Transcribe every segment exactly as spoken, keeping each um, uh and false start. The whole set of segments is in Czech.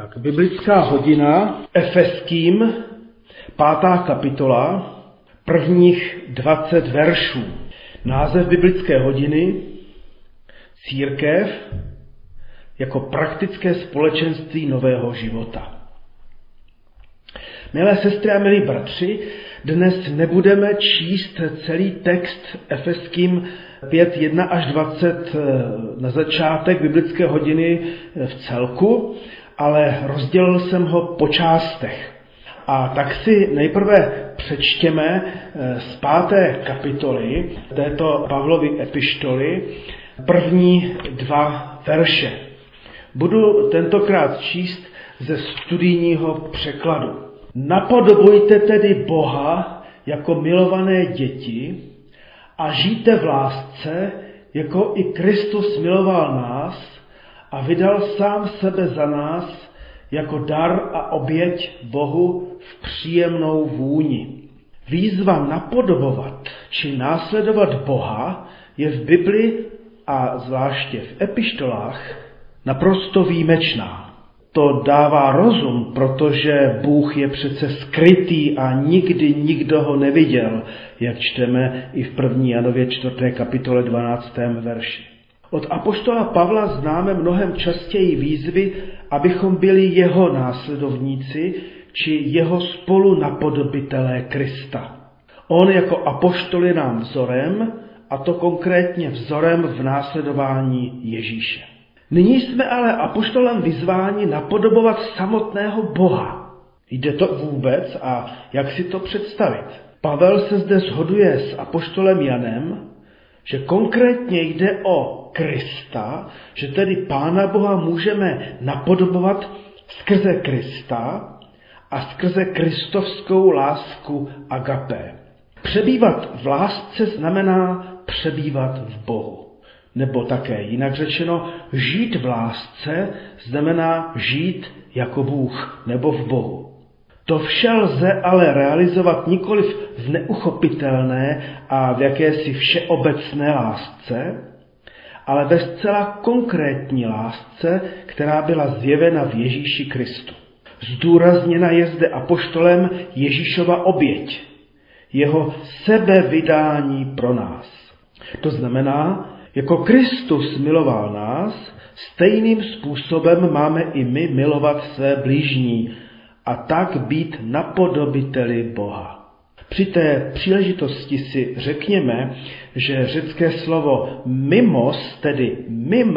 Tak, biblická hodina Efeským, pátá kapitola, prvních dvacet veršů. Název biblické hodiny Církev jako praktické společenství nového života. Milé sestry a milí bratři, dnes nebudeme číst celý text Efeským pět, jedna až dvacet na začátek biblické hodiny v celku, ale rozdělil jsem ho po částech. A tak si nejprve přečtěme z páté kapitoly této Pavlovy epištoly první dva verše. Budu tentokrát číst ze studijního překladu. Napodobujte tedy Boha jako milované děti a žijte v lásce, jako i Kristus miloval nás a vydal sám sebe za nás jako dar a oběť Bohu v příjemnou vůni. Výzva napodobovat či následovat Boha je v Bibli a zvláště v epištolách naprosto výjimečná. To dává rozum, protože Bůh je přece skrytý a nikdy nikdo ho neviděl, jak čteme i v první Janově čtvrté kapitole dvanáctém verši. Od apoštola Pavla známe mnohem častěji výzvy, abychom byli jeho následovníci či jeho spolunapodobitelé Krista. On jako apoštol je nám vzorem, a to konkrétně vzorem v následování Ježíše. Nyní jsme ale apoštolem vyzváni napodobovat samotného Boha. Jde to vůbec a jak si to představit? Pavel se zde shoduje s apoštolem Janem, že konkrétně jde o Krista, že tedy Pána Boha můžeme napodobovat skrze Krista a skrze kristovskou lásku agapé. Přebývat v lásce znamená přebývat v Bohu. Nebo také jinak řečeno, žít v lásce znamená žít jako Bůh nebo v Bohu. To vše lze ale realizovat nikoliv v neuchopitelné a v jakési všeobecné lásce, ale ve zcela konkrétní lásce, která byla zjevena v Ježíši Kristu. Zdůrazněna je zde apoštolem Ježíšova oběť, jeho sebevydání pro nás. To znamená, jako Kristus miloval nás, stejným způsobem máme i my milovat své blížní a tak být napodobiteli Boha. Při té příležitosti si řekněme, že řecké slovo mimos, tedy mim,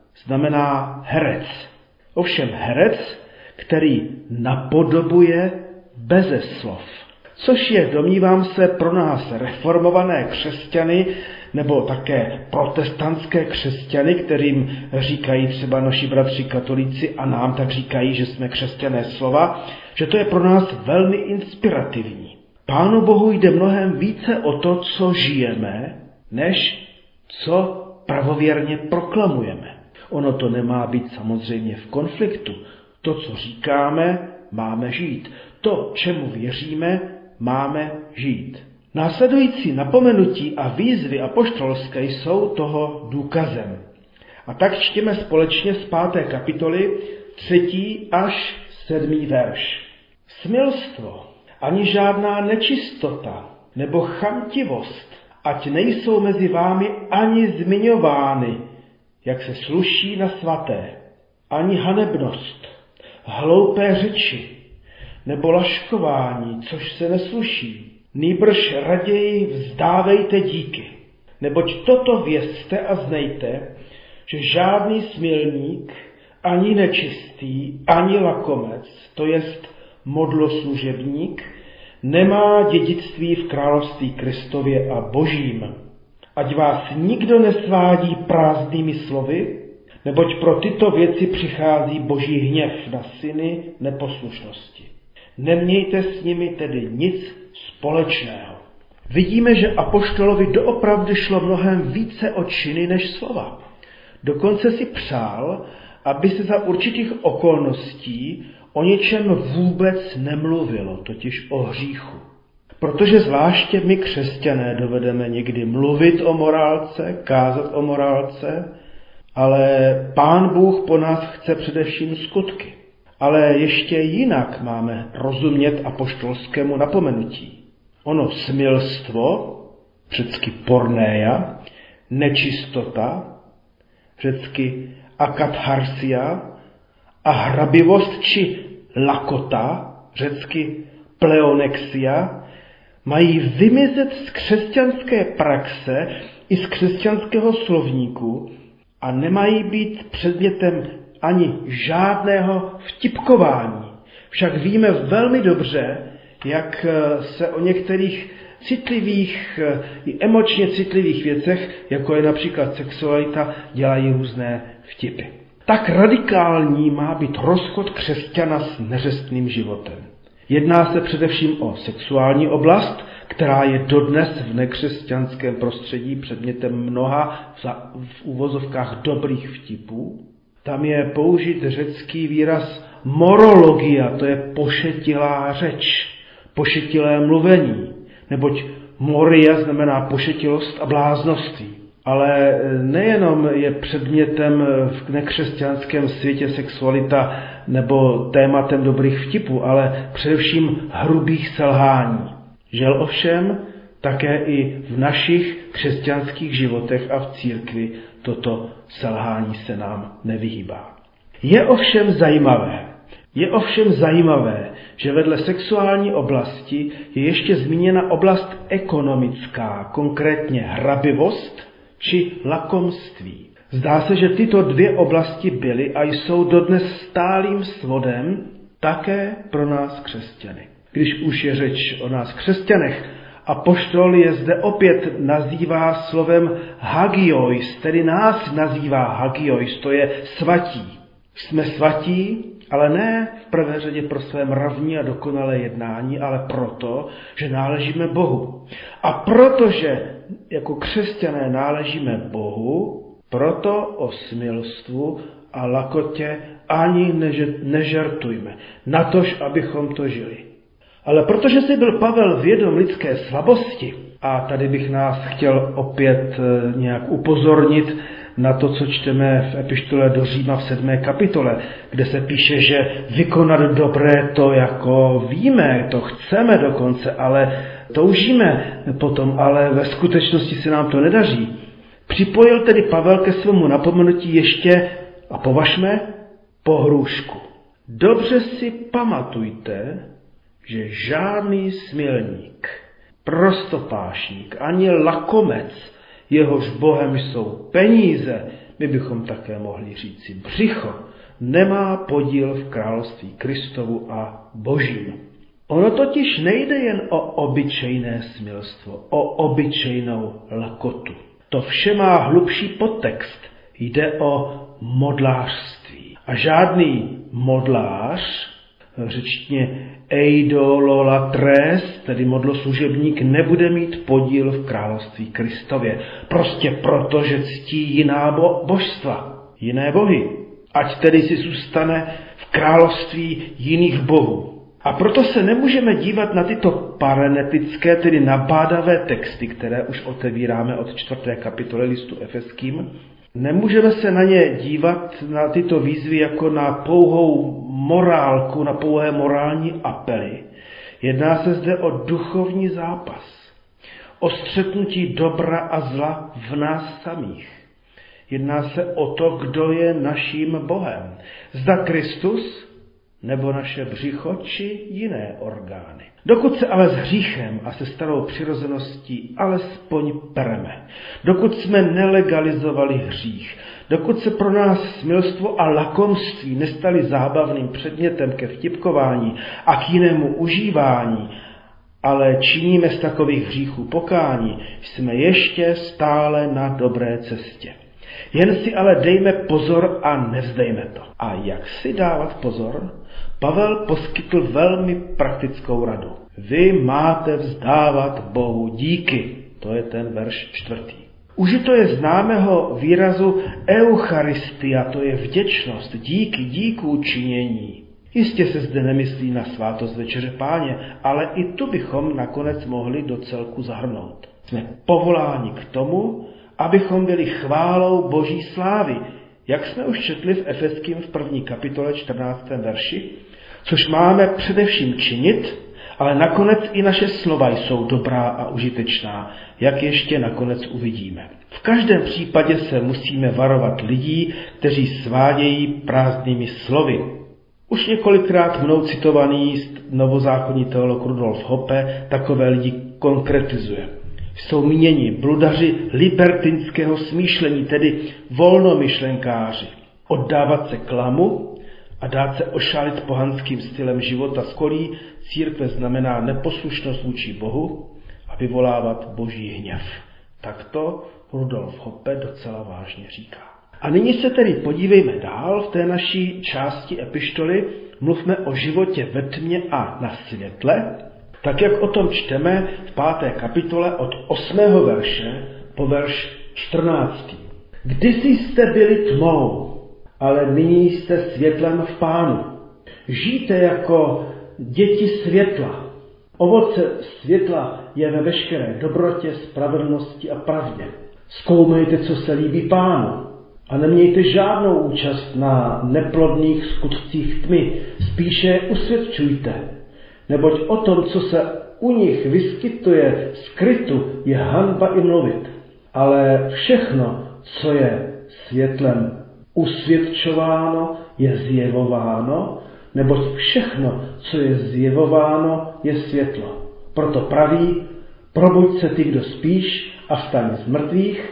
znamená herec. Ovšem herec, který napodobuje beze slov. Což je, domnívám se, pro nás reformované křesťany nebo také protestantské křesťany, kterým říkají třeba naši bratři katolíci a nám tak říkají, že jsme křesťané slova, že to je pro nás velmi inspirativní. Pánu Bohu jde mnohem více o to, co žijeme, než co pravověrně proklamujeme. Ono to nemá být samozřejmě v konfliktu. To, co říkáme, máme žít. To, čemu věříme, máme žít. Následující napomenutí a výzvy apoštolské jsou toho důkazem. A tak čtěme společně z páté kapitoly třetí až sedmý verš. Smilstvo, ani žádná nečistota nebo chamtivost, ať nejsou mezi vámi ani zmiňovány, jak se sluší na svaté, ani hanebnost, hloupé řeči nebo laškování, což se nesluší. Nýbrž raději vzdávejte díky, neboť toto vězte a znejte, že žádný smilník, ani nečistý, ani lakomec, to jest modloslužebník, nemá dědictví v království Kristově a Božím. Ať vás nikdo nesvádí prázdnými slovy, neboť pro tyto věci přichází Boží hněv na syny neposlušnosti. Nemějte s nimi tedy nic společného. Vidíme, že apoštolovi doopravdy šlo mnohem více o činy než slova. Dokonce si přál, aby se za určitých okolností o něčem vůbec nemluvilo, totiž o hříchu. Protože zvláště my křesťané dovedeme někdy mluvit o morálce, kázat o morálce, ale Pán Bůh po nás chce především skutky. Ale ještě jinak máme rozumět apoštolskému napomenutí. Ono smilstvo, řecky pornéia, nečistota, řecky akatharsia, a hrabivost či lakota, řecky pleonexia, mají vymizet z křesťanské praxe i z křesťanského slovníku a nemají být předmětem ani žádného vtipkování. Však víme velmi dobře, jak se o některých citlivých i emočně citlivých věcech, jako je například sexualita, dělají různé vtipy. Tak radikální má být rozchod křesťana s neřestným životem. Jedná se především o sexuální oblast, která je dodnes v nekřesťanském prostředí předmětem mnoha v uvozovkách dobrých vtipů. Tam je použit řecký výraz morologia, to je pošetilá řeč, pošetilé mluvení, neboť moria znamená pošetilost a bláznoství. Ale nejenom je předmětem v nekřesťanském světě sexualita nebo tématem dobrých vtipů, ale především hrubých selhání. Žel ovšem také i v našich křesťanských životech a v církvi toto selhání se nám nevyhýbá. Je ovšem zajímavé, je ovšem zajímavé, že vedle sexuální oblasti je ještě zmíněna oblast ekonomická, konkrétně hrabivost či lakomství. Zdá se, že tyto dvě oblasti byly a jsou dodnes stálým svodem také pro nás křesťany. Když už je řeč o nás křesťanech, apoštol je zde opět nazývá slovem hagios, tedy nás nazývá hagios, to je svatí. Jsme svatí, ale ne v prvé řadě pro své mravní a dokonalé jednání, ale proto, že náležíme Bohu. A protože jako křesťané náležíme Bohu, proto o smilstvu a lakotě ani nežertujme, natož abychom to žili. Ale protože si byl Pavel vědom lidské slabosti, a tady bych nás chtěl opět nějak upozornit na to, co čteme v epištole do Říma v sedmé kapitole, kde se píše, že vykonat dobré to jako víme, to chceme dokonce, ale toužíme potom, ale ve skutečnosti se nám to nedaří. Připojil tedy Pavel ke svému napomenutí ještě, a považme, pohrůžku. Dobře si pamatujte, že žádný smilník, prostopášník ani lakomec, jehož Bohem jsou peníze, my bychom také mohli říci břicho, nemá podíl v království Kristovu a Božím. Ono totiž nejde jen o obyčejné smilstvo, o obyčejnou lakotu. To vše má hlubší podtext. Jde o modlářství. A žádný modlář, řečtně eidololatres, tedy modloslužebník, nebude mít podíl v království Kristově. Prostě proto, že ctí jiná bo- božstva, jiné bohy. Ať tedy si zůstane v království jiných bohů. A proto se nemůžeme dívat na tyto parenetické, tedy nabádavé texty, které už otevíráme od čtvrté kapitoly listu Efeským. Nemůžeme se na ně dívat, na tyto výzvy, jako na pouhou morálku, na pouhé morální apely. Jedná se zde o duchovní zápas, o střetnutí dobra a zla v nás samých. Jedná se o to, kdo je naším Bohem. Zda Kristus, nebo naše břicho, či jiné orgány. Dokud se ale s hříchem a se starou přirozeností alespoň pereme, dokud jsme nelegalizovali hřích, dokud se pro nás smilstvo a lakomství nestaly zábavným předmětem ke vtipkování a k jinému užívání, ale činíme z takových hříchů pokání, jsme ještě stále na dobré cestě. Jen si ale dejme pozor a nevzdejme to. A jak si dávat pozor? Pavel poskytl velmi praktickou radu. Vy máte vzdávat Bohu díky. To je ten verš čtvrtý. Užito je známého výrazu eucharistia, to je vděčnost, díky, díků činění. Jistě se zde nemyslí na svátost večeře Páně, ale i tu bychom nakonec mohli do celku zahrnout. Jsme povoláni k tomu, abychom byli chválou Boží slávy, jak jsme už četli v Efeským v první kapitole čtrnáctém verši, což máme především činit, ale nakonec i naše slova jsou dobrá a užitečná, jak ještě nakonec uvidíme. V každém případě se musíme varovat lidí, kteří svádějí prázdnými slovy. Už několikrát mnou citovaný novozákonní teolog Rudolf Hoppe takové lidi konkretizuje. Jsou míněni bludaři libertinského smýšlení, tedy volnomyšlenkáři. Oddávat se klamu a dát se ošálit pohanským stylem života z kolí církve znamená neposlušnost vůči Bohu a vyvolávat boží hněv. Tak to Rudolf Hoppe docela vážně říká. A nyní se tedy podívejme dál v té naší části epištoly. Mluvme o životě ve tmě a na světle, tak jak o tom čteme v páté kapitole od osmého verše po verš čtrnáctý. Kdysi jste byli tmou, ale nyní jste světlem v Pánu. Žijte jako děti světla. Ovoce světla je ve veškeré dobrotě, spravedlnosti a pravdě. Zkoumejte, co se líbí Pánu. A nemějte žádnou účast na neplodných skutcích tmy, spíše je usvědčujte. Neboť o tom, co se u nich vyskytuje skrytu, je hanba i mluvit. Ale všechno, co je světlem usvědčováno, je zjevováno, neboť všechno, co je zjevováno, je světlo. Proto praví, probuď se ty, kdo spíš, a vstaň z mrtvých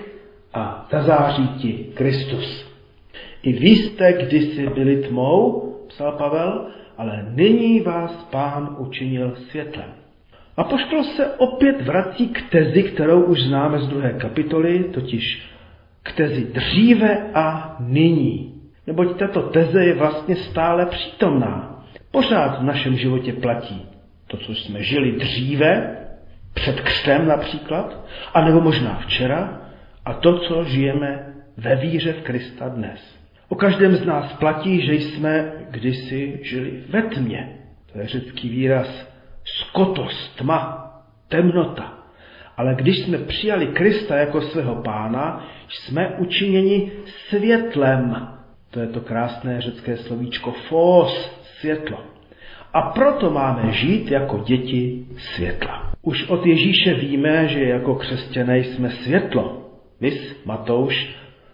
a zazáří ti Kristus. I vy jste kdysi byli tmou, psal Pavel, ale nyní vás Pán učinil světlem. Apoštol se opět vrací k tezi, kterou už známe z druhé kapitoly, totiž k tezi dříve a nyní. Neboť tato teze je vlastně stále přítomná. Pořád v našem životě platí to, co jsme žili dříve, před křtem například, anebo možná včera, a to, co žijeme ve víře v Krista dnes. O každém z nás platí, že jsme kdysi žili ve tmě. To je řecký výraz skotos, tma, temnota. Ale když jsme přijali Krista jako svého Pána, jsme učiněni světlem. To je to krásné řecké slovíčko fós, světlo. A proto máme žít jako děti světla. Už od Ježíše víme, že jako křesťané jsme světlo. Viz Matouš,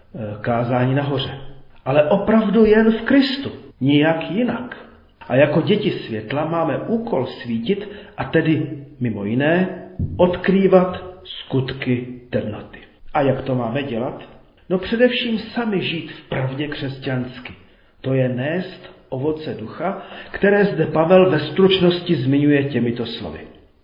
kázání nahoře. Ale opravdu jen v Kristu, nijak jinak. A jako děti světla máme úkol svítit a tedy mimo jiné odkrývat skutky temnoty. A jak to máme dělat? No především sami žít v pravdě křesťansky. To je nést ovoce ducha, které zde Pavel ve stručnosti zmiňuje těmito slovy.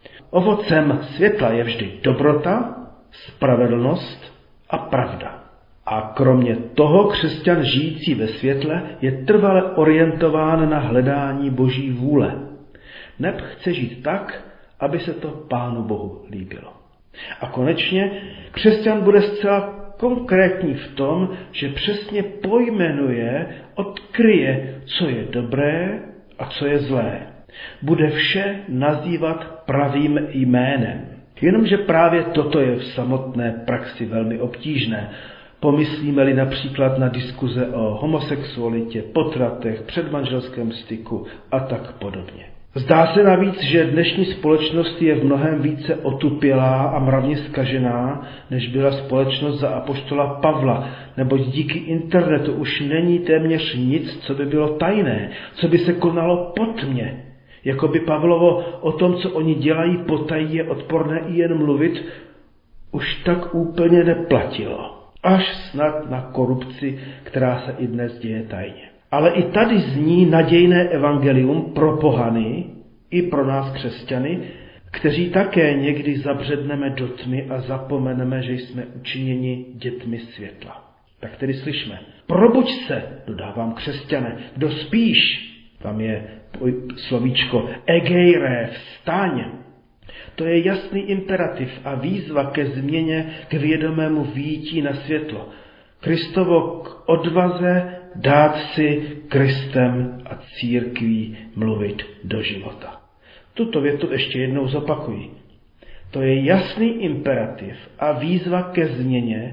Ovocem světla je vždy dobrota, spravedlnost a pravda. A kromě toho křesťan žijící ve světle je trvale orientován na hledání Boží vůle. Neb chce žít tak, aby se to Pánu Bohu líbilo. A konečně křesťan bude zcela konkrétní v tom, že přesně pojmenuje, odkryje, co je dobré a co je zlé. Bude vše nazývat pravým jménem. Jenomže právě toto je v samotné praxi velmi obtížné. Pomyslíme-li například na diskuze o homosexualitě, potratech, předmanželském styku a tak podobně. Zdá se navíc, že dnešní společnost je v mnohem více otupělá a mravně zkažená, než byla společnost za apoštola Pavla, neboť díky internetu už není téměř nic, co by bylo tajné, co by se konalo potmě. Jako by Pavlovo o tom, co oni dělají potají, je odporné i jen mluvit, už tak úplně neplatilo. Až snad na korupci, která se i dnes děje tajně. Ale i tady zní nadějné evangelium pro pohany i pro nás křesťany, kteří také někdy zabředneme do tmy a zapomeneme, že jsme učiněni dětmi světla. Tak tedy slyšme. Probuď se, dodávám křesťané, kdo spíš, tam je slovíčko egeire, vstaň. To je jasný imperativ a výzva ke změně, k vědomému výjití na světlo. Kristovo k odvaze dát si Kristem a církví mluvit do života. Tuto větu ještě jednou zopakuji. To je jasný imperativ a výzva ke změně,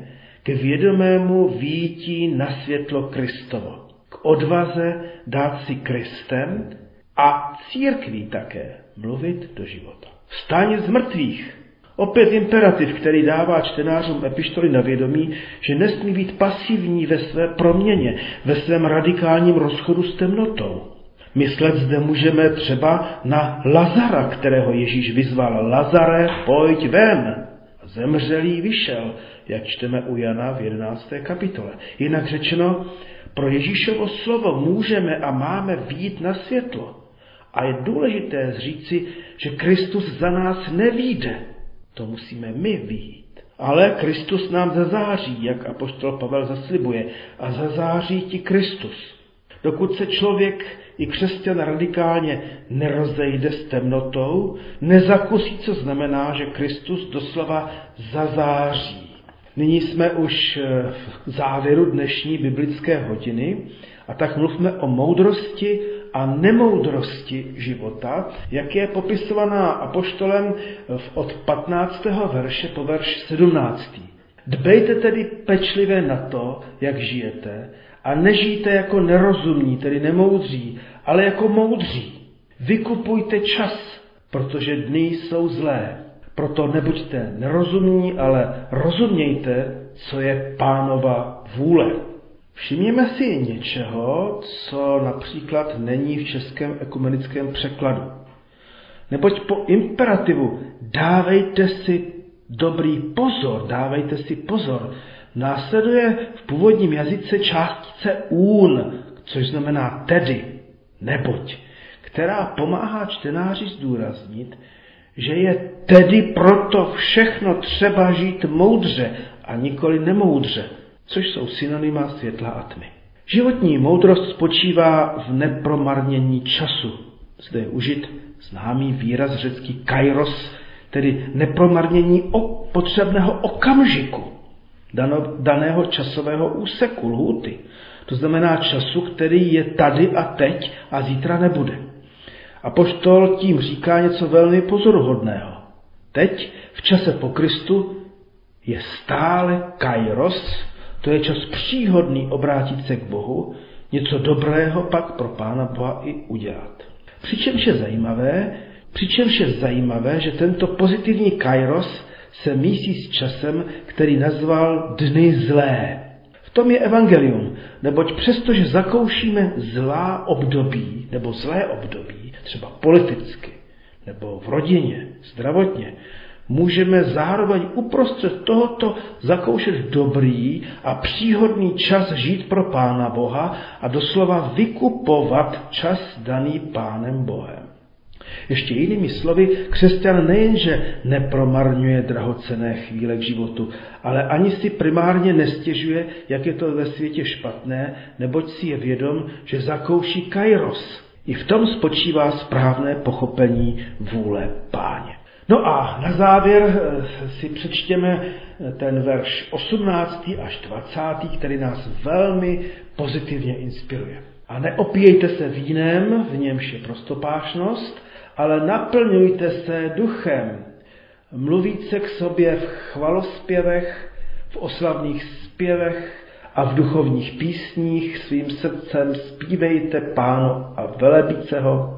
k vědomému výjití na světlo Kristovo, k odvaze dát si Kristem a církví také mluvit do života. Vstaň z mrtvých. Opět imperativ, který dává čtenářům epištoly na vědomí, že nesmí být pasivní ve své proměně, ve svém radikálním rozchodu s temnotou. Myslet zde můžeme třeba na Lazara, kterého Ježíš vyzval: Lazare, pojď ven. Zemřelý vyšel, jak čteme u Jana v jedenácté kapitole. Jinak řečeno, pro Ježíšovo slovo můžeme a máme vyjít na světlo. A je důležité říci, že Kristus za nás nevyjde. To musíme my vyjít. Ale Kristus nám zazáří, jak apoštol Pavel zaslibuje, a zazáří ti Kristus. Dokud se člověk i křesťan radikálně nerozejde s temnotou, nezakusí, co znamená, že Kristus doslova zazáří. Nyní jsme už v závěru dnešní biblické hodiny a tak mluvme o moudrosti a nemoudrosti života, jak je popisovaná apoštolem od patnáctého verše po verš sedmnáctý. Dbejte tedy pečlivě na to, jak žijete, a nežijte jako nerozumní, tedy nemoudří, ale jako moudří. Vykupujte čas, protože dny jsou zlé. Proto nebuďte nerozumní, ale rozumějte, co je Pánova vůle. Všimněme si něčeho, co například není v českém ekumenickém překladu. Neboť po imperativu dávejte si dobrý pozor, dávejte si pozor, následuje v původním jazyce částice un, což znamená tedy, neboť, která pomáhá čtenáři zdůraznit, že je tedy proto všechno třeba žít moudře a nikoli nemoudře, což jsou synonyma světla a tmy. Životní moudrost spočívá v nepromarnění času. Zde je užit známý výraz řecký kairos, tedy nepromarnění potřebného okamžiku, daného časového úseku, lhůty. To znamená času, který je tady a teď a zítra nebude. Apoštol tím říká něco velmi pozoruhodného. Teď, v čase po Kristu, je stále kairos, to je čas příhodný obrátit se k Bohu, něco dobrého pak pro Pána Boha i udělat. Přičemž je zajímavé, přičemž je zajímavé, že tento pozitivní kairos se mísí s časem, který nazval dny zlé. V tom je evangelium, neboť přestože zakoušíme zlá období, nebo zlé období, třeba politicky, nebo v rodině, zdravotně, můžeme zároveň uprostřed tohoto zakoušet dobrý a příhodný čas žít pro Pána Boha a doslova vykupovat čas daný Pánem Bohem. Ještě jinými slovy, křesťan nejenže nepromarňuje drahocenné chvíle k životu, ale ani si primárně nestěžuje, jak je to ve světě špatné, neboť si je vědom, že zakouší kairos. I v tom spočívá správné pochopení vůle Páně. No a na závěr si přečtěme ten verš osmnáctý až dvacátý, který nás velmi pozitivně inspiruje. A neopíjejte se vínem, v němž je prostopášnost, ale naplňujte se duchem. Mluvíte k sobě v chvalospěvech, v oslavných zpěvech a v duchovních písních svým srdcem zpívejte Pánu a velebíce ho.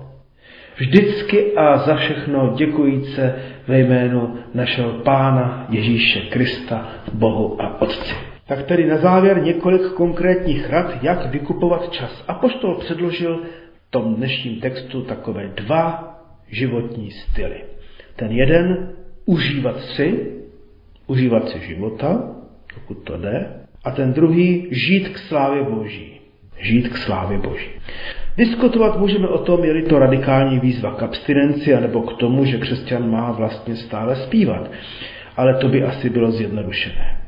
Vždycky a za všechno děkujíce ve jménu našeho Pána Ježíše Krista, Bohu a Otci. Tak tedy na závěr několik konkrétních rad, jak vykupovat čas. Apoštol předložil v tom dnešním textu takové dva životní styly. Ten jeden užívat si, užívat si života, pokud to jde, a ten druhý žít k slávě Boží. Žít k slávě Boží. Diskutovat můžeme o tom, je-li to radikální výzva k abstinenci, anebo k tomu, že křesťan má vlastně stále zpívat. Ale to by asi bylo zjednodušené.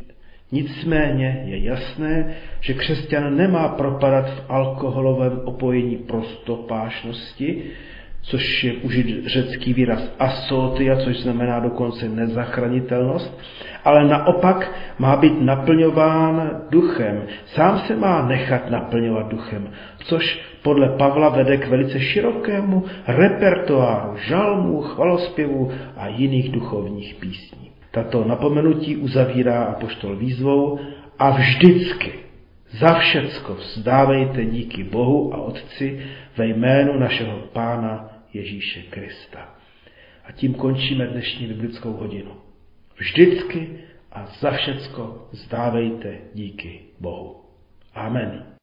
Nicméně je jasné, že křesťan nemá propadat v alkoholovém opojení prostopášnosti, což je užit řecký výraz asotia, což znamená dokonce nezachranitelnost, ale naopak má být naplňován duchem. Sám se má nechat naplňovat duchem, což podle Pavla vede k velice širokému repertoáru žalmů, chvalospěvů a jiných duchovních písní. Tato napomenutí uzavírá apoštol výzvou a vždycky za všecko vzdávejte díky Bohu a Otci ve jménu našeho Pána Ježíše Krista. A tím končíme dnešní biblickou hodinu. Vždycky a za všecko vzdávejte díky Bohu. Amen.